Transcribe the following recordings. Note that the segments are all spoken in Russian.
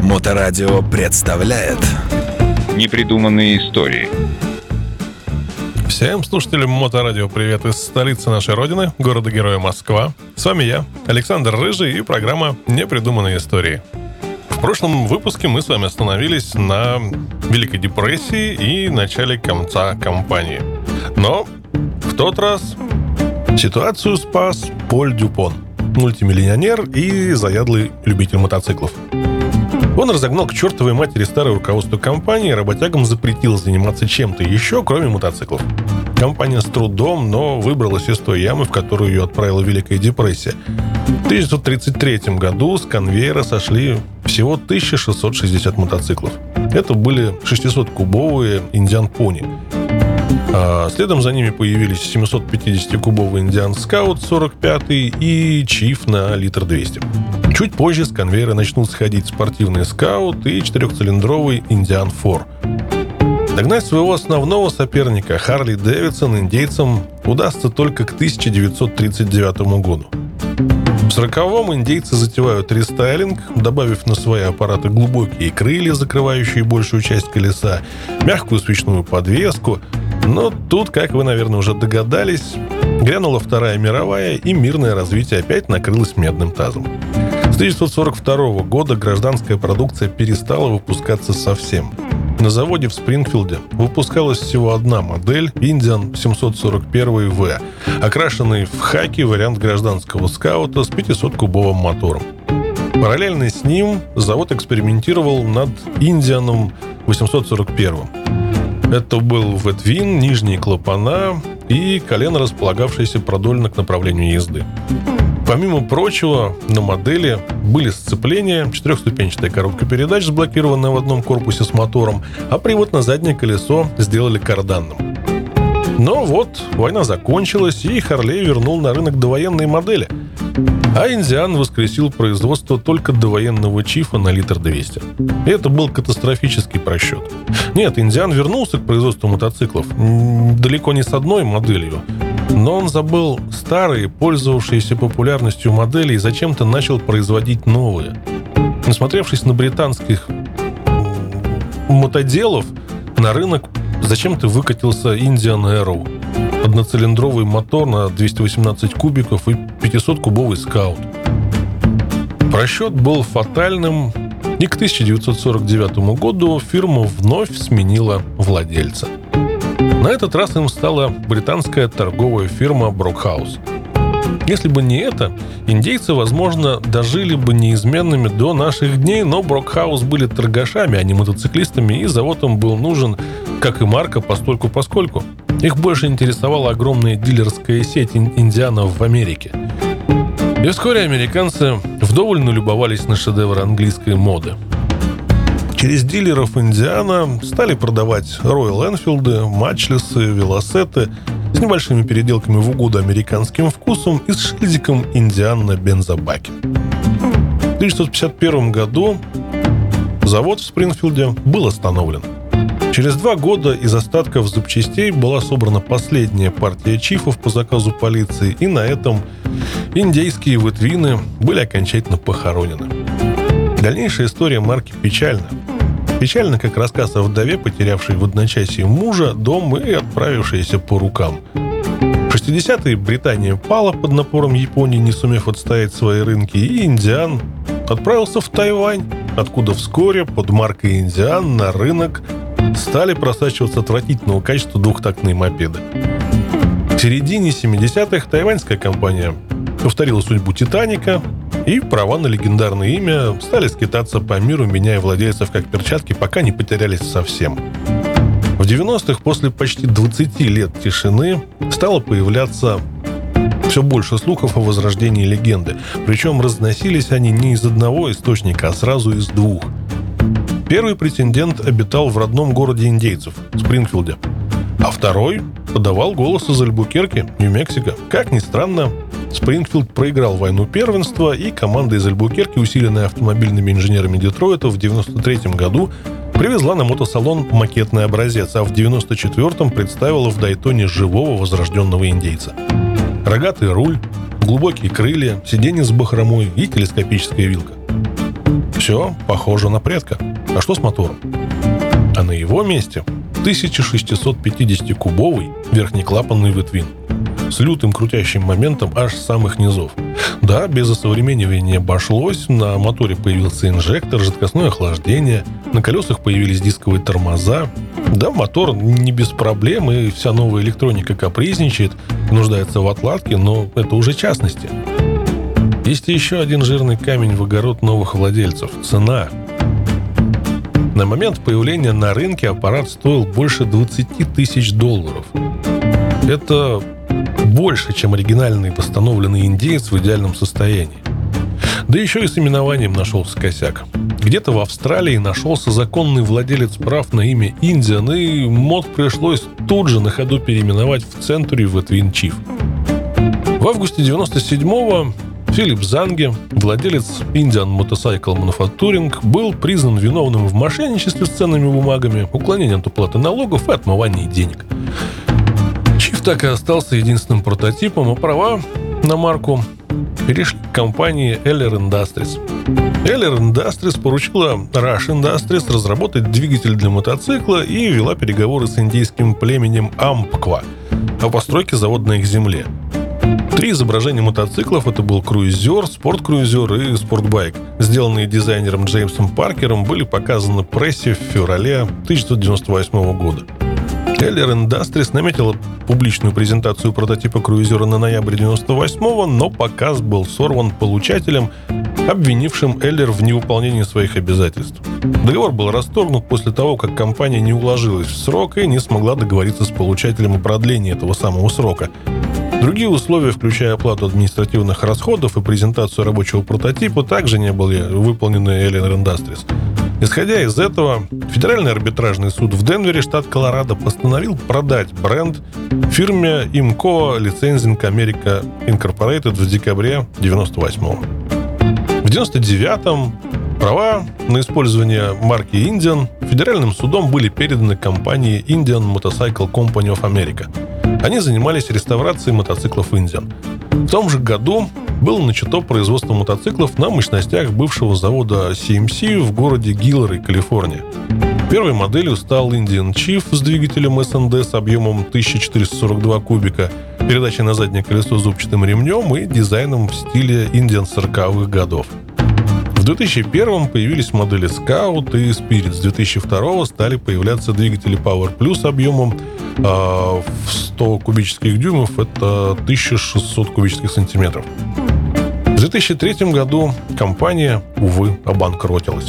Моторадио представляет Непридуманные истории. Всем слушателям Моторадио привет из столицы нашей родины, города-героя Москва. С вами я, Александр Рыжий, и программа «Непридуманные истории». В прошлом выпуске мы с вами остановились на Великой депрессии и начале конца кампании. Но в тот раз ситуацию спас Поль Дюпон, мультимиллионер и заядлый любитель мотоциклов. Он разогнал к чертовой матери старое руководство компании, работягам запретил заниматься чем-то еще, кроме мотоциклов. Компания с трудом, но выбралась из той ямы, в которую ее отправила Великая депрессия. В 1933 году с конвейера сошли всего 1660 мотоциклов. Это были 600-кубовые Индиан Пони. А следом за ними появились 750-кубовый Индиан Скаут 45 и Чиф на литр 200. Чуть позже с конвейера начнут сходить спортивный Скаут и 4-цилиндровый Индиан Фор. Догнать своего основного соперника Харли Дэвидсон индейцам удастся только к 1939 году. В 40-м индейцы затевают рестайлинг, добавив на свои аппараты глубокие крылья, закрывающие большую часть колеса, мягкую свечную подвеску. Но тут, как вы, наверное, уже догадались, грянула Вторая мировая, и мирное развитие опять накрылось медным тазом. С 1942 года гражданская продукция перестала выпускаться совсем. На заводе в Спрингфилде выпускалась всего одна модель Indian 741V, окрашенный в хаки вариант гражданского скаута с 500-кубовым мотором. Параллельно с ним завод экспериментировал над Индианом 841. Это был ветвин, нижние клапана и колено, располагавшееся продольно к направлению езды. Помимо прочего, на модели были сцепления, 4-ступенчатая коробка передач, заблокированная в одном корпусе с мотором, а привод на заднее колесо сделали карданным. Но вот война закончилась, и Харлей вернул на рынок довоенные модели, а Индиан воскресил производство только довоенного Чифа на литр 200. И это был катастрофический просчет. Нет, Индиан вернулся к производству мотоциклов, далеко не с одной моделью, но он забыл старые, пользовавшиеся популярностью модели, и зачем-то начал производить новые. Насмотревшись на британских мотоделов, на рынок зачем-то выкатился Indian Arrow. Одноцилиндровый мотор на 218 кубиков и 500-кубовый скаут. Просчет был фатальным, и к 1949 году фирма вновь сменила владельца. На этот раз им стала британская торговая фирма Брокхаус. Если бы не это, индейцы, возможно, дожили бы неизменными до наших дней, но Брокхаус были торгашами, а не мотоциклистами, и завод им был нужен, как и марка, постольку-поскольку. Их больше интересовала огромная дилерская сеть индианов в Америке. И вскоре американцы вдоволь налюбовались на шедевры английской моды. Через дилеров Индиана стали продавать Royal Энфилды, Матчлесы, Велосеты с небольшими переделками в угоду американским вкусом и с шильдиком Индиан на бензобаке. В 1951 году завод в Спрингфилде был остановлен. Через 2 года из остатков запчастей была собрана последняя партия чифов по заказу полиции, и на этом индейские ветвины были окончательно похоронены. Дальнейшая история марки печальна. Печально, как рассказ о вдове, потерявшей в одночасье мужа, дом и отправившейся по рукам. В 60-е Британия пала под напором Японии, не сумев отстоять свои рынки, и Индиан отправился в Тайвань, откуда вскоре под маркой Индиан на рынок стали просачиваться отвратительного качества двухтактные мопеды. В середине 70-х тайваньская компания повторила судьбу «Титаника», и права на легендарное имя стали скитаться по миру, меняя владельцев как перчатки, пока не потерялись совсем. В 90-х, после почти 20 лет тишины, стало появляться все больше слухов о возрождении легенды. Причем разносились они не из одного источника, а сразу из 2. Первый претендент обитал в родном городе индейцев, Спрингфилде, а второй подавал голос из Альбукерки, Нью-Мексико. Как ни странно, Спрингфилд проиграл войну первенства, и команда из Альбукерки, усиленная автомобильными инженерами Детройта, в 1993 году привезла на мотосалон макетный образец, а в 1994 представила в Дайтоне живого возрожденного индейца. Рогатый руль, глубокие крылья, сиденье с бахромой и телескопическая вилка. Все похоже на предка. А что с мотором? А на его месте 1650-кубовый верхнеклапанный V-Twin с лютым крутящим моментом аж с самых низов. Да, без осовременивания не обошлось. На моторе появился инжектор, жидкостное охлаждение, на колесах появились дисковые тормоза. Да, мотор не без проблем, и вся новая электроника капризничает, нуждается в отладке, но это уже частности. Есть еще один жирный камень в огород новых владельцев – цена. На момент появления на рынке аппарат стоил больше $20 тысяч. Это больше, чем оригинальный восстановленный индеец в идеальном состоянии. Да еще и с именованием нашелся косяк. Где-то в Австралии нашелся законный владелец прав на имя Индиан, и мод пришлось тут же на ходу переименовать в Century V-Twin Chief. В августе 97-го Филипп Занге, владелец Indian Motorcycle Manufacturing, был признан виновным в мошенничестве с ценными бумагами, уклонении от уплаты налогов и отмывании денег. Chief так и остался единственным прототипом, а права на марку перешли к компании Eller Industries. Eller Industries поручила Rush Industries разработать двигатель для мотоцикла и вела переговоры с индейским племенем Ампква о постройке завода на их земле. 3 изображения мотоциклов — это был круизер, спорткруизер и спортбайк, сделанные дизайнером Джеймсом Паркером, были показаны прессе в феврале 1998 года. Eller Industries наметила публичную презентацию прототипа круизера на ноябрь 1998-го, но показ был сорван получателем, обвинившим Eller в невыполнении своих обязательств. Договор был расторгнут после того, как компания не уложилась в срок и не смогла договориться с получателем о продлении этого самого срока. Другие условия, включая оплату административных расходов и презентацию рабочего прототипа, также не были выполнены Eller Industries. Исходя из этого, Федеральный арбитражный суд в Денвере, штат Колорадо, постановил продать бренд фирме IMCO Licensing America Incorporated в декабре 1998-го. В 1999-м права на использование марки Indian федеральным судом были переданы компании Indian Motorcycle Company of America. Они занимались реставрацией мотоциклов Indian. В том же году было начато производство мотоциклов на мощностях бывшего завода CMC в городе Гиллари, Калифорния. Первой моделью стал Indian Chief с двигателем SND с объемом 1442 кубика, передачей на заднее колесо зубчатым ремнем и дизайном в стиле Indian 40-х годов. В 2001-м появились модели Scout и Spirit. С 2002-го стали появляться двигатели Power Plus объемом в 100 кубических дюймов, это 1600 кубических сантиметров. В 2003 году компания, увы, обанкротилась.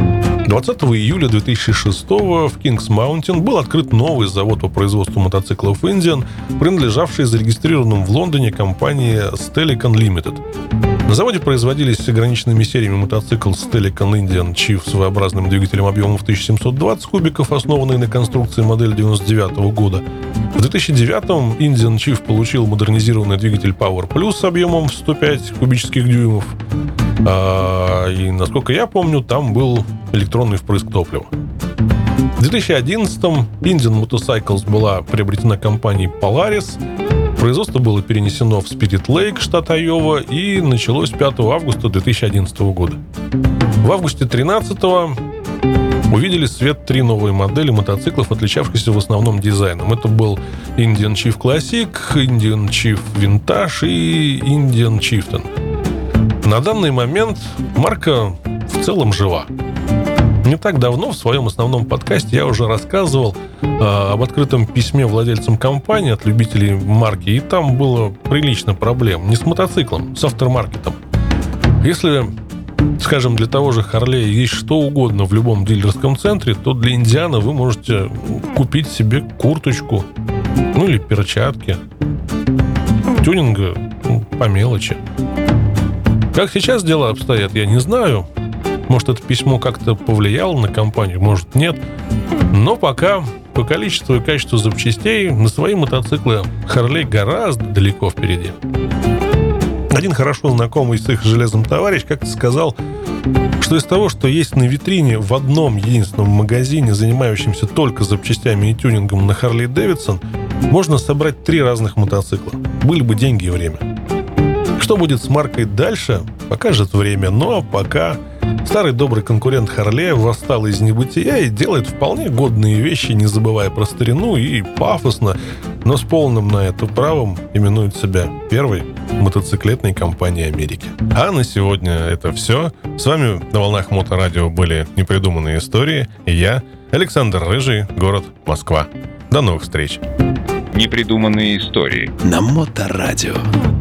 20 июля 2006 в Kings Mountain был открыт новый завод по производству мотоциклов Indian, принадлежавший зарегистрированным в Лондоне компании Steilacoom Limited. На заводе производились ограниченными сериями мотоцикл Steilacoom Indian Chief с своеобразным двигателем объемом в 1720 кубиков, основанный на конструкции модели 1999 года. В 2009-м Indian Chief получил модернизированный двигатель Power Plus с объемом в 105 кубических дюймов. И, насколько я помню, там был электронный впрыск топлива. В 2011-м Indian Motorcycles была приобретена компанией Polaris. Производство было перенесено в Spirit Lake, штат Айова, и началось 5 августа 2011 года. В августе 2013-го увидели свет 3 новые модели мотоциклов, отличавшихся в основном дизайном. Это был Indian Chief Classic, Indian Chief Vintage и Indian Chieftain. На данный момент марка в целом жива. Не так давно в своем основном подкасте я уже рассказывал об открытом письме владельцам компании от любителей марки, и там было прилично проблем. Не с мотоциклом, с автомаркетом. Если, скажем, для того же Харлея есть что угодно в любом дилерском центре, то для Индиана вы можете купить себе курточку, ну или перчатки. Тюнинга по мелочи. Как сейчас дела обстоят, я не знаю. Может, это письмо как-то повлияло на компанию, может, нет. Но пока по количеству и качеству запчастей на свои мотоциклы Харлей гораздо далеко впереди. Один хорошо знакомый с их железным товарищ как-то сказал, что из того, что есть на витрине в одном единственном магазине, занимающемся только запчастями и тюнингом на Harley Davidson, можно собрать 3 разных мотоцикла. Были бы деньги и время. Что будет с маркой дальше, покажет время. Но пока Старый добрый конкурент Харлея восстал из небытия и делает вполне годные вещи, не забывая про старину и пафосно, но с полным на это правом именует себя первой мотоциклетной компанией Америки. А на сегодня это все. С вами на волнах Моторадио были непридуманные истории, и я, Александр Рыжий, город Москва. До новых встреч. Непридуманные истории. На Моторадио.